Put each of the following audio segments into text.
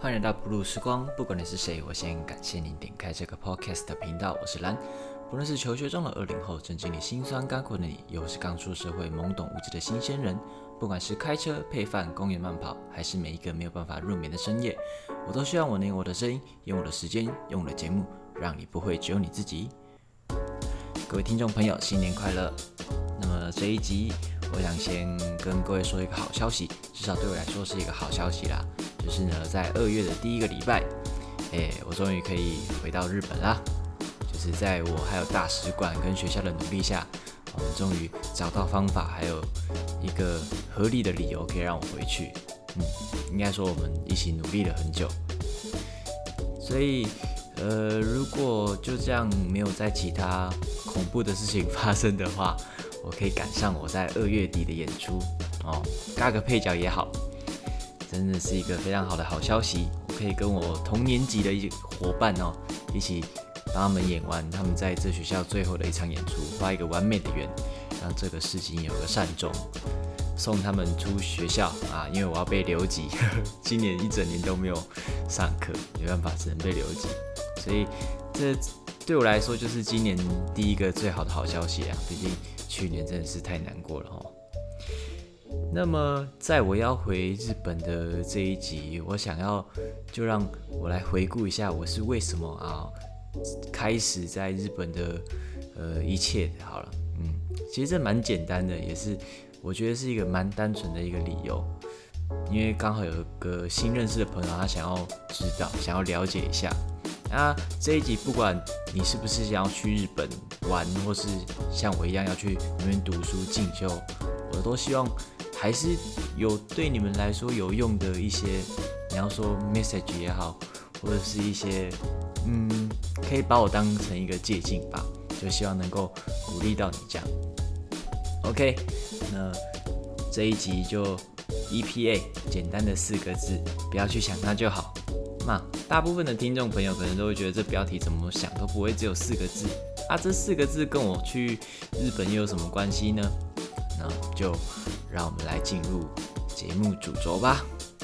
欢迎来到不鲁时光，不管你是谁，我先感谢您点开这个 podcast 的频道，我是蓝。不论是求学中的20后，正经历辛酸甘苦的你，又是刚出社会懵懂无知的新鲜人，不管是开车、配饭、公园慢跑，还是每一个没有办法入眠的深夜，我都希望我能用我的声音，用我的时间，用我的节目，让你不会只有你自己。各位听众朋友，新年快乐！那么这一集，我想先跟各位说一个好消息，至少对我来说是一个好消息啦。就是呢，在2月的第一个礼拜，我终于可以回到日本啦。就是在我还有大使馆跟学校的努力下，我们终于找到方法，还有一个合理的理由可以让我回去。应该说我们一起努力了很久。所以，如果就这样没有在其他恐怖的事情发生的话，我可以赶上我在2月底的演出哦，嘎个配角也好。真的是一个非常好的好消息，我可以跟我同年级的伙伴一起帮他们演完他们在这学校最后的一场演出，画一个完美的圆，让这个事情有个善终，送他们出学校啊！因为我要被留级，今年一整年都没有上课，没办法，只能被留级，所以这对我来说就是今年第一个最好的好消息啊！毕竟去年真的是太难过了哦。那么，在我要回日本的这一集，我想要就让我来回顾一下我是为什么开始在日本的一切的。好了，其实这蛮简单的，也是我觉得是一个蛮单纯的一个理由，因为刚好有一个新认识的朋友，他想要知道，想要了解一下。这一集不管你是不是想要去日本玩，或是像我一样要去那边读书进修，我都希望还是有对你们来说有用的一些，你要说 message 也好，或者是一些可以把我当成一个借鉴吧，就希望能够鼓励到你这样。OK， 那这一集就 EPA 简单的4个字，不要去想它就好。那大部分的听众朋友可能都会觉得这标题怎么想都不会只有4个字这4个字跟我去日本又有什么关系呢？那就让我们来进入节目主轴吧。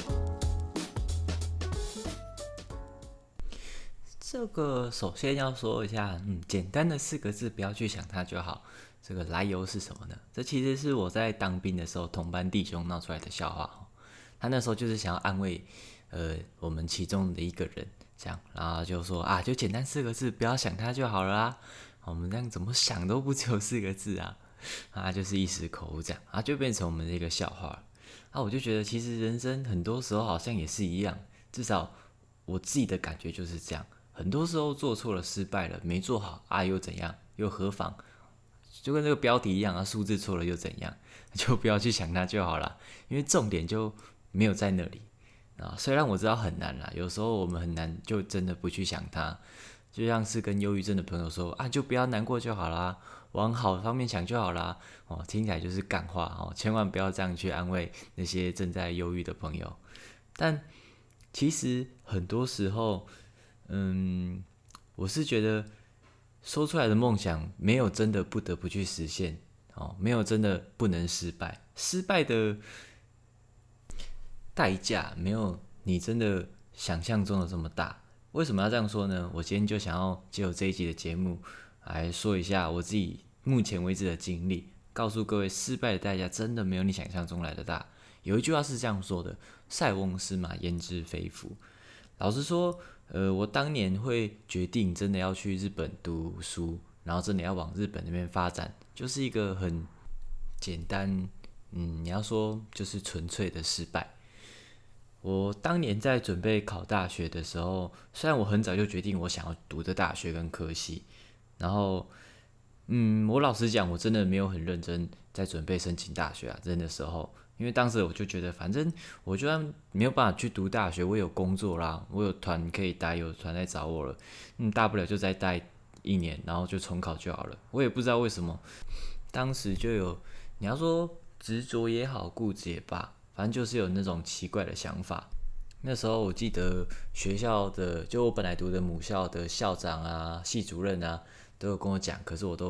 这个首先要说一下，简单的4个字，不要去想它就好。这个来由是什么呢？这其实是我在当兵的时候同班弟兄闹出来的笑话。他那时候就是想要安慰我们其中的一个人，这样，然后就说就简单4个字，不要想它就好了啦。我们这样怎么想都不只有4个字就是一时口误这样就变成我们的一个笑话了。我就觉得其实人生很多时候好像也是一样，至少我自己的感觉就是这样。很多时候做错了、失败了、没做好又怎样？又何妨？就跟这个标题一样数字错了又怎样？就不要去想它就好了，因为重点就没有在那里虽然我知道很难啦，有时候我们很难就真的不去想它，就像是跟忧郁症的朋友说就不要难过就好啦，往好方面想就好啦听起来就是干话千万不要这样去安慰那些正在忧郁的朋友。但其实很多时候我是觉得说出来的梦想没有真的不得不去实现没有真的不能失败，失败的代价没有你真的想象中的这么大。为什么要这样说呢？我今天就想要借由这一集的节目来说一下我自己目前为止的经历，告诉各位失败的代价真的没有你想象中来的大。有一句话是这样说的：塞翁失马焉知非福。老实说我当年会决定真的要去日本读书，然后真的要往日本那边发展，就是一个很简单你要说就是纯粹的失败。我当年在准备考大学的时候，虽然我很早就决定我想要读的大学跟科系，然后我老实讲，我真的没有很认真在准备申请大学真的时候，因为当时我就觉得，反正我就算没有办法去读大学，我有工作啦，我有团可以待，有团来找我了，大不了就再待1年，然后就重考就好了。我也不知道为什么，当时就有你要说执着也好，固执也罢，反正就是有那种奇怪的想法。那时候我记得学校的，就我本来读的母校的校长系主任都有跟我讲，可是我都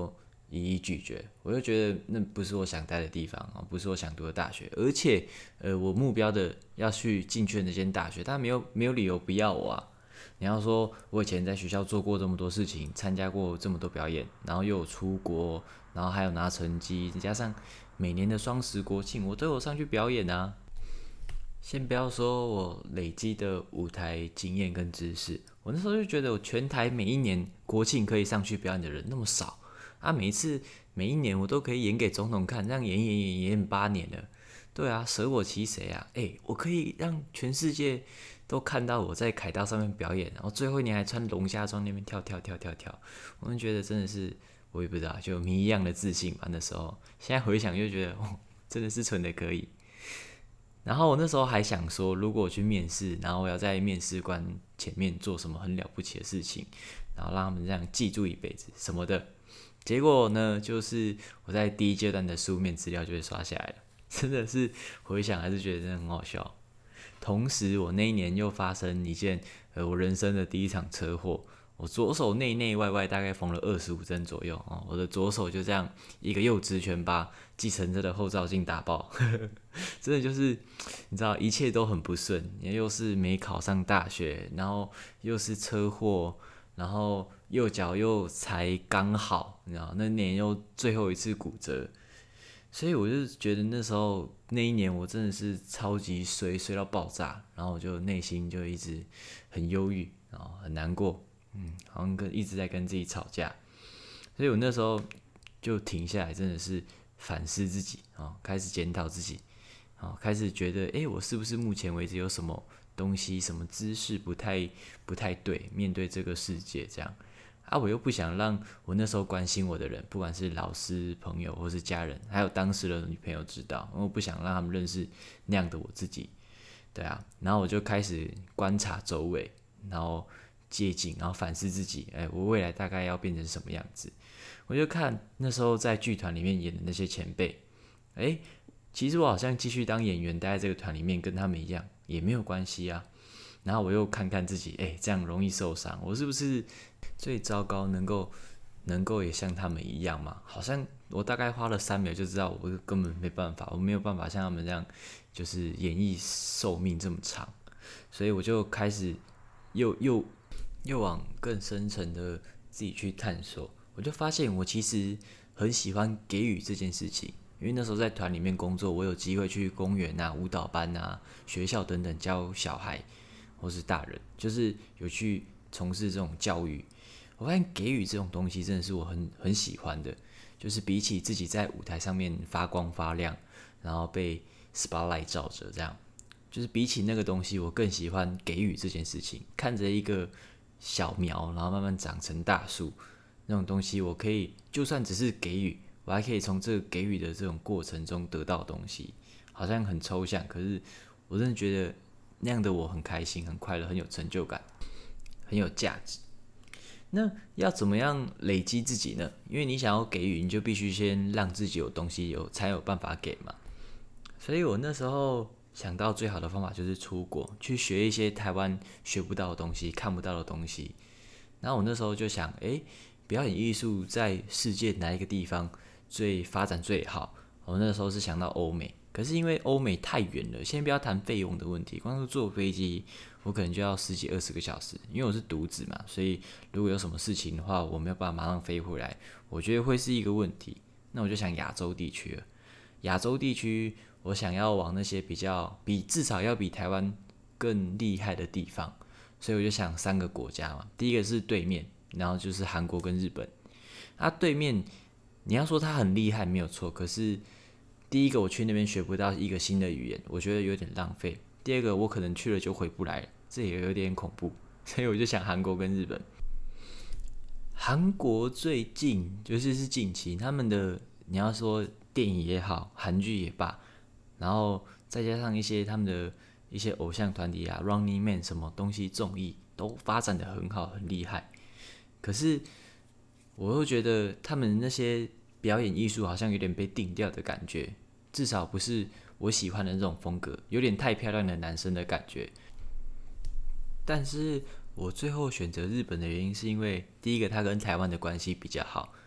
一一拒绝。我就觉得那不是我想待的地方，不是我想读的大学，而且我目标的要去进去的那间大学，他没有理由不要我啊。你要说我以前在学校做过这么多事情，参加过这么多表演，然后又有出国，然后还有拿成绩，加上每年的双十国庆，我都有上去表演啊。先不要说我累积的舞台经验跟知识，我那时候就觉得我全台每一年国庆可以上去表演的人那么少啊，每一年我都可以演给总统看，这样演8年了。对啊，舍我其谁啊？我可以让全世界都看到我在凯道上面表演，然后最后一年还穿龙虾装那边跳，我们觉得真的是，我也不知道，就谜一样的自信吧。那时候，现在回想就觉得，真的是蠢的可以。然后我那时候还想说，如果我去面试，然后我要在面试官前面做什么很了不起的事情，然后让他们这样记住一辈子什么的。结果呢，就是我在第一阶段的书面资料就被刷下来了，真的是回想还是觉得真的很好笑。同时，我那一年又发生一件我人生的第一场车祸，我左手内内外外大概缝了25针左右哦，我的左手就这样一个右直拳把计程车的后照镜打爆，真的就是你知道一切都很不顺，又是没考上大学，然后又是车祸，然后右脚又才刚好，你知道那年又最后一次骨折，所以我就觉得那时候那一年我真的是超级衰到爆炸，然后我就内心就一直很忧郁，然后很难过，好像一直在跟自己吵架，所以我那时候就停下来，真的是反思自己开始检讨自己，开始觉得我是不是目前为止有什么东西、什么姿势不太对，面对这个世界这样。我又不想让我那时候关心我的人，不管是老师、朋友或是家人，还有当时的女朋友知道，我不想让他们认识那样的我自己，对啊。然后我就开始观察周围，然后接近，然后反思自己，我未来大概要变成什么样子？我就看那时候在剧团里面演的那些前辈，其实我好像继续当演员，待在这个团里面，跟他们一样也没有关系啊。然后我又看看自己，这样容易受伤，我是不是最糟糕能够也像他们一样嘛？好像我大概花了3秒就知道，我根本没办法，我没有办法像他们这样，就是演艺寿命这么长，所以我就开始又往更深层的自己去探索。我就发现我其实很喜欢给予这件事情，因为那时候在团里面工作，我有机会去公园啊、舞蹈班啊、学校等等教小孩或是大人，就是有去从事这种教育。我发现给予这种东西真的是我很喜欢的，就是比起自己在舞台上面发光发亮，然后被 spotlight 照着这样，就是比起那个东西，我更喜欢给予这件事情。看着一个小苗，然后慢慢长成大树，那种东西我可以就算只是给予，我还可以从这个给予的这种过程中得到东西，好像很抽象，可是我真的觉得那样的我很开心、很快乐、很有成就感、很有价值。那要怎么样累积自己呢？因为你想要给予，你就必须先让自己有东西才有办法给嘛。所以我那时候想到最好的方法就是出国，去学一些台湾学不到的东西、看不到的东西。然后我那时候就想，表演艺术在世界哪一个地方发展最好？我那时候是想到欧美，可是因为欧美太远了，先不要谈费用的问题，光是坐飞机我可能就要10几20个小时，因为我是独子嘛，所以如果有什么事情的话，我没有办法马上飞回来，我觉得会是一个问题。那我就想亚洲地区了，亚洲地区我想要往那些至少要比台湾更厉害的地方，所以我就想3个国家嘛，第一个是对面，然后就是韩国跟日本。对面你要说他很厉害没有错，可是第一个我去那边学不到一个新的语言，我觉得有点浪费。第二个我可能去了就回不来了，这也有点恐怖，所以我就想韩国跟日本。韩国最近是近期他们的，你要说电影也好，韩剧也罢，然后再加上一些他们的一些偶像团体啊 ，Running Man 什么东西综艺都发展的很好，很厉害。可是我又觉得他们那些表演艺术好像有点被定调的感觉，至少不是我喜欢的那种风格，有点太漂亮的男生的感觉。但是我最后选择日本的原因是因为，第一个它跟台湾的关系比较好，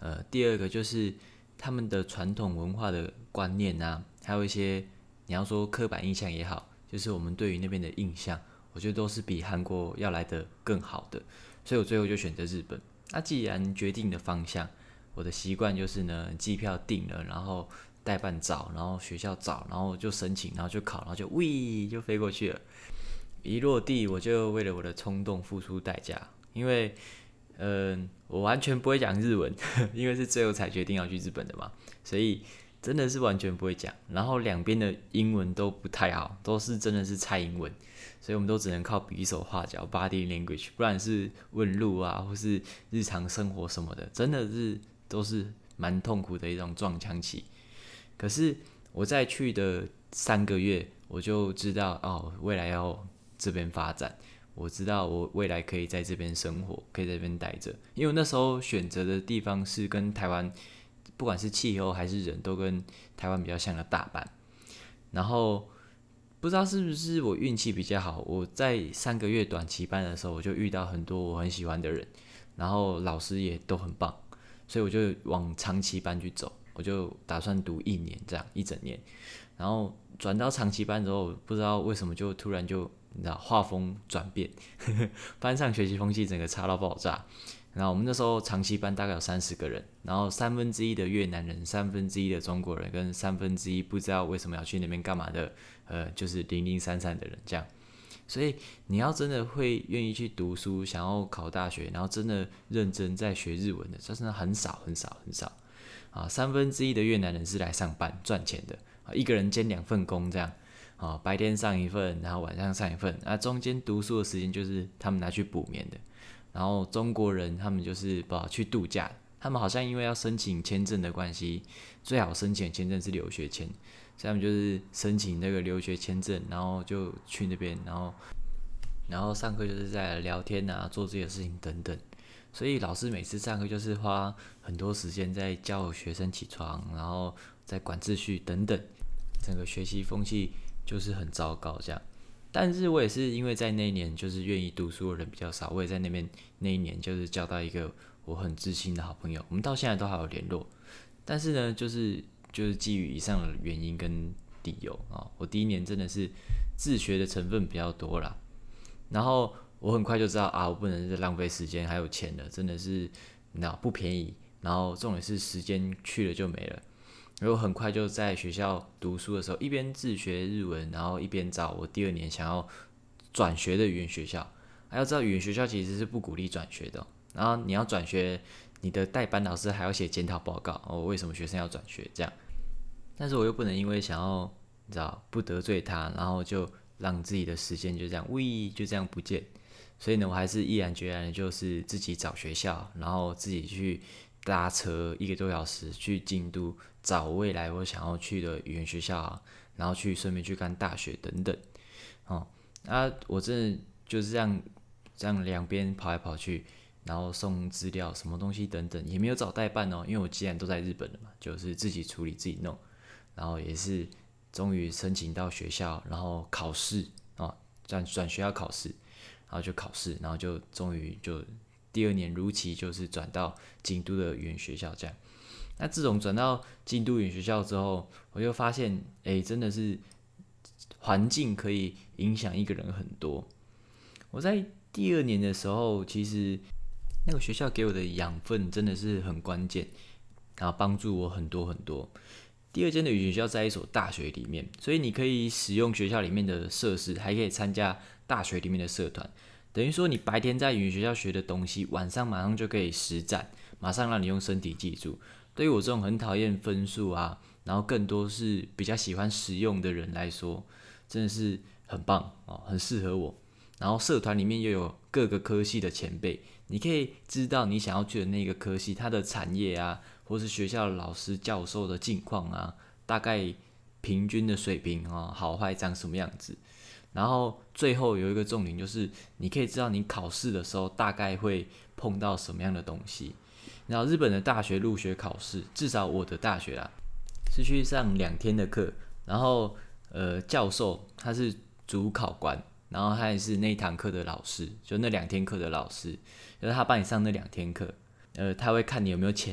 第二个就是他们的传统文化的观念啊，还有一些你要说刻板印象也好，就是我们对于那边的印象，我觉得都是比韩国要来得更好的，所以我最后就选择日本。那既然决定的方向，我的习惯就是呢，机票订了，然后代办找，然后学校找，然后就申请，然后就考，然后就就飞过去了。一落地，我就为了我的冲动付出代价，因为我完全不会讲日文，因为是最后才决定要去日本的嘛，所以真的是完全不会讲。然后两边的英文都不太好，都是真的是菜英文，所以我们都只能靠比手画脚 （body language），不然是问路啊，或是日常生活什么的，真的是都是蛮痛苦的一种撞墙期。可是我在去的3个月，我就知道未来要这边发展。我知道我未来可以在这边生活，可以在这边待着，因为我那时候选择的地方是跟台湾，不管是气候还是人都跟台湾比较像的大阪。然后不知道是不是我运气比较好，我在3个月短期班的时候，我就遇到很多我很喜欢的人，然后老师也都很棒，所以我就往长期班去走，我就打算读1年这样1整年，然后转到长期班之后，不知道为什么就突然就你知道画风转变，班上学习风气整个差到爆炸。然后我们那时候长期班大概有30个人，然后1/3的越南人，1/3的中国人，跟1/3不知道为什么要去那边干嘛的，就是零零散散的人这样。所以你要真的会愿意去读书，想要考大学，然后真的认真在学日文的，这真的很少很少很少啊。1/3的越南人是来上班赚钱的，一个人兼2份工这样。白天上一份，然后晚上上一份，中间读书的时间就是他们拿去补眠的。然后中国人他们就是去度假，他们好像因为要申请签证的关系，最好申请的签证是留学签，所以他们就是申请那个留学签证，然后就去那边，然后上课就是在聊天啊，做自己的事情等等。所以老师每次上课就是花很多时间在教学生起床，然后在管秩序等等，整个学习风气就是很糟糕这样。但是我也是因为在那一年就是愿意读书的人比较少，我也在那边那一年就是交到一个我很知心的好朋友，我们到现在都还有联络。但是呢，就是基于以上的原因跟理由我第1年真的是自学的成分比较多啦。然后我很快就知道我不能再浪费时间还有钱了，真的是不便宜。然后重点是时间去了就没了。然后很快就在学校读书的时候，一边自学日文，然后一边找我第2年想要转学的语言学校。要知道语言学校其实是不鼓励转学的然后你要转学，你的代班老师还要写检讨报告为什么学生要转学这样。但是我又不能因为想要你知道不得罪他，然后就让自己的时间就这样就这样不见。所以呢，我还是毅然决然的就是自己找学校，然后自己去搭车1个多小时去京都找未来我想要去的语言学校然后顺便去看大学等等。我真的就是这样两边跑来跑去，然后送资料什么东西等等，也没有找代办因为我既然都在日本了嘛，就是自己处理自己弄，然后也是终于申请到学校，然后考试转学校考试，然后就考试，然后就终于就第2年如期就是转到京都的语言学校这样。那自从转到京都语言学校之后，我就发现真的是环境可以影响一个人很多。我在第2年的时候，其实那个学校给我的养分真的是很关键，然后帮助我很多很多。第2间的语言学校在一所大学里面，所以你可以使用学校里面的设施，还可以参加大学里面的社团。等于说你白天在语言学校学的东西，晚上马上就可以实战，马上让你用身体记住。对于我这种很讨厌分数然后更多是比较喜欢实用的人来说，真的是很棒很适合我。然后社团里面又有各个科系的前辈，你可以知道你想要去的那个科系，它的产业或是学校的老师教授的近况大概平均的水平好坏长什么样子。然后最后有一个重点就是，你可以知道你考试的时候大概会碰到什么样的东西。然后日本的大学入学考试，至少我的大学是去上2天的课，然后教授他是主考官，然后他也是那一堂课的老师，就那2天课的老师，就是他帮你上那2天课，他会看你有没有潜力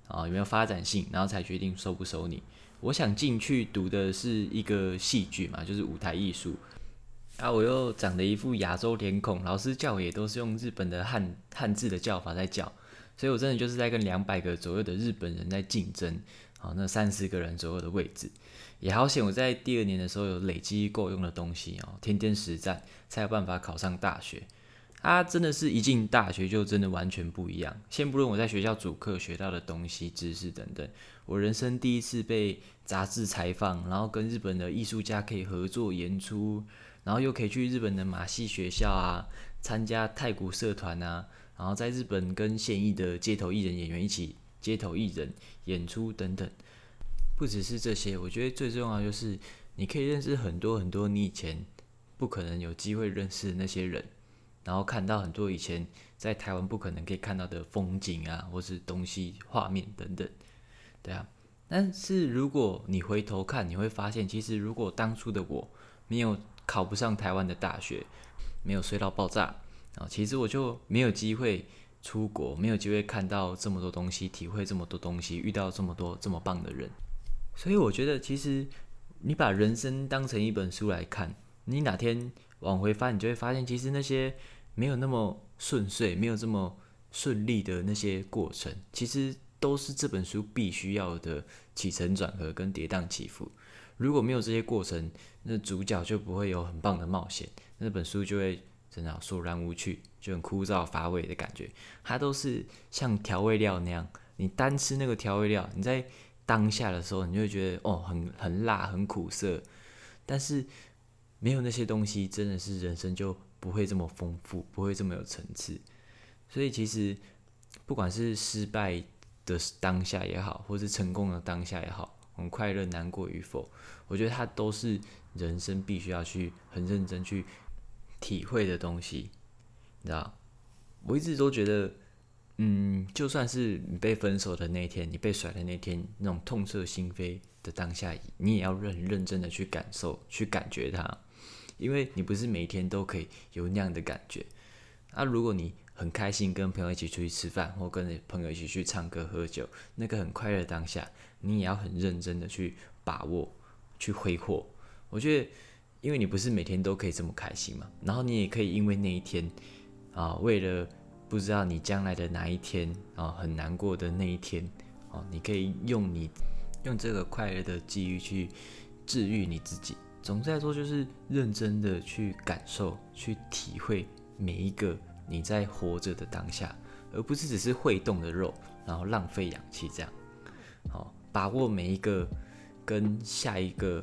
有没有发展性，然后才决定收不收你。我想进去读的是一个戏剧嘛，就是舞台艺术。我又长得一副亚洲脸孔，老师叫我也都是用日本的汉字的叫法在叫，所以我真的就是在跟200个左右的日本人在竞争，那30个人左右的位置。也好险我在第2年的时候有累积够用的东西，天天实战才有办法考上大学。真的是一进大学就真的完全不一样。先不论我在学校主课学到的东西、知识等等，我人生第一次被杂志采访，然后跟日本的艺术家可以合作演出，然后又可以去日本的马戏学校参加太鼓社团然后在日本跟现役的街头艺人演员一起街头艺人演出等等。不只是这些，我觉得最重要的就是你可以认识很多很多你以前不可能有机会认识的那些人，然后看到很多以前在台湾不可能可以看到的风景或是东西、画面等等，对啊。但是如果你回头看，你会发现，其实如果当初的我没有考不上台湾的大学，没有睡到爆炸其实我就没有机会出国，没有机会看到这么多东西，体会这么多东西，遇到这么多这么棒的人。所以我觉得，其实你把人生当成一本书来看，你哪天往回翻，你就会发现，其实那些没有那么顺遂、没有这么顺利的那些过程，其实都是这本书必须要的起承转合跟跌宕起伏。如果没有这些过程，那主角就不会有很棒的冒险，那本书就会真的索然无趣，就很枯燥乏味的感觉。它都是像调味料那样，你单吃那个调味料，你在当下的时候，你就会觉得很辣、很苦涩，但是没有那些东西，真的是人生就不会这么丰富，不会这么有层次。所以其实不管是失败的当下也好，或是成功的当下也好，很快乐、难过与否，我觉得它都是人生必须要去很认真去体会的东西，你知道？我一直都觉得。就算是你被分手的那一天，你被甩的那天，那种痛彻心扉的当下，你也要很认真的去感受、去感觉它，因为你不是每一天都可以有那样的感觉。如果你很开心跟朋友一起出去吃饭，或跟朋友一起去唱歌喝酒，那个很快乐的当下，你也要很认真的去把握、去挥霍。我觉得，因为你不是每天都可以这么开心嘛，然后你也可以因为那一天为了不知道你将来的哪一天很难过的那一天你可以用这个快乐的机遇去治愈你自己。总之来说，就是认真的去感受、去体会每一个你在活着的当下，而不是只是会动的肉，然后浪费氧气这样。把握每一个跟下一个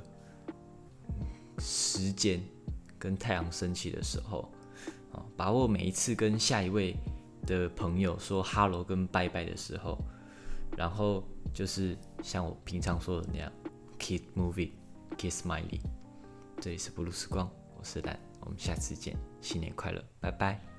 时间跟太阳升起的时候，把握每一次跟下一位的朋友说 hello 跟拜拜的时候，然后就是像我平常说的那样 keep moving, keep smiling。这里是布鲁时光，我是蓝，我们下次见，新年快乐，拜拜。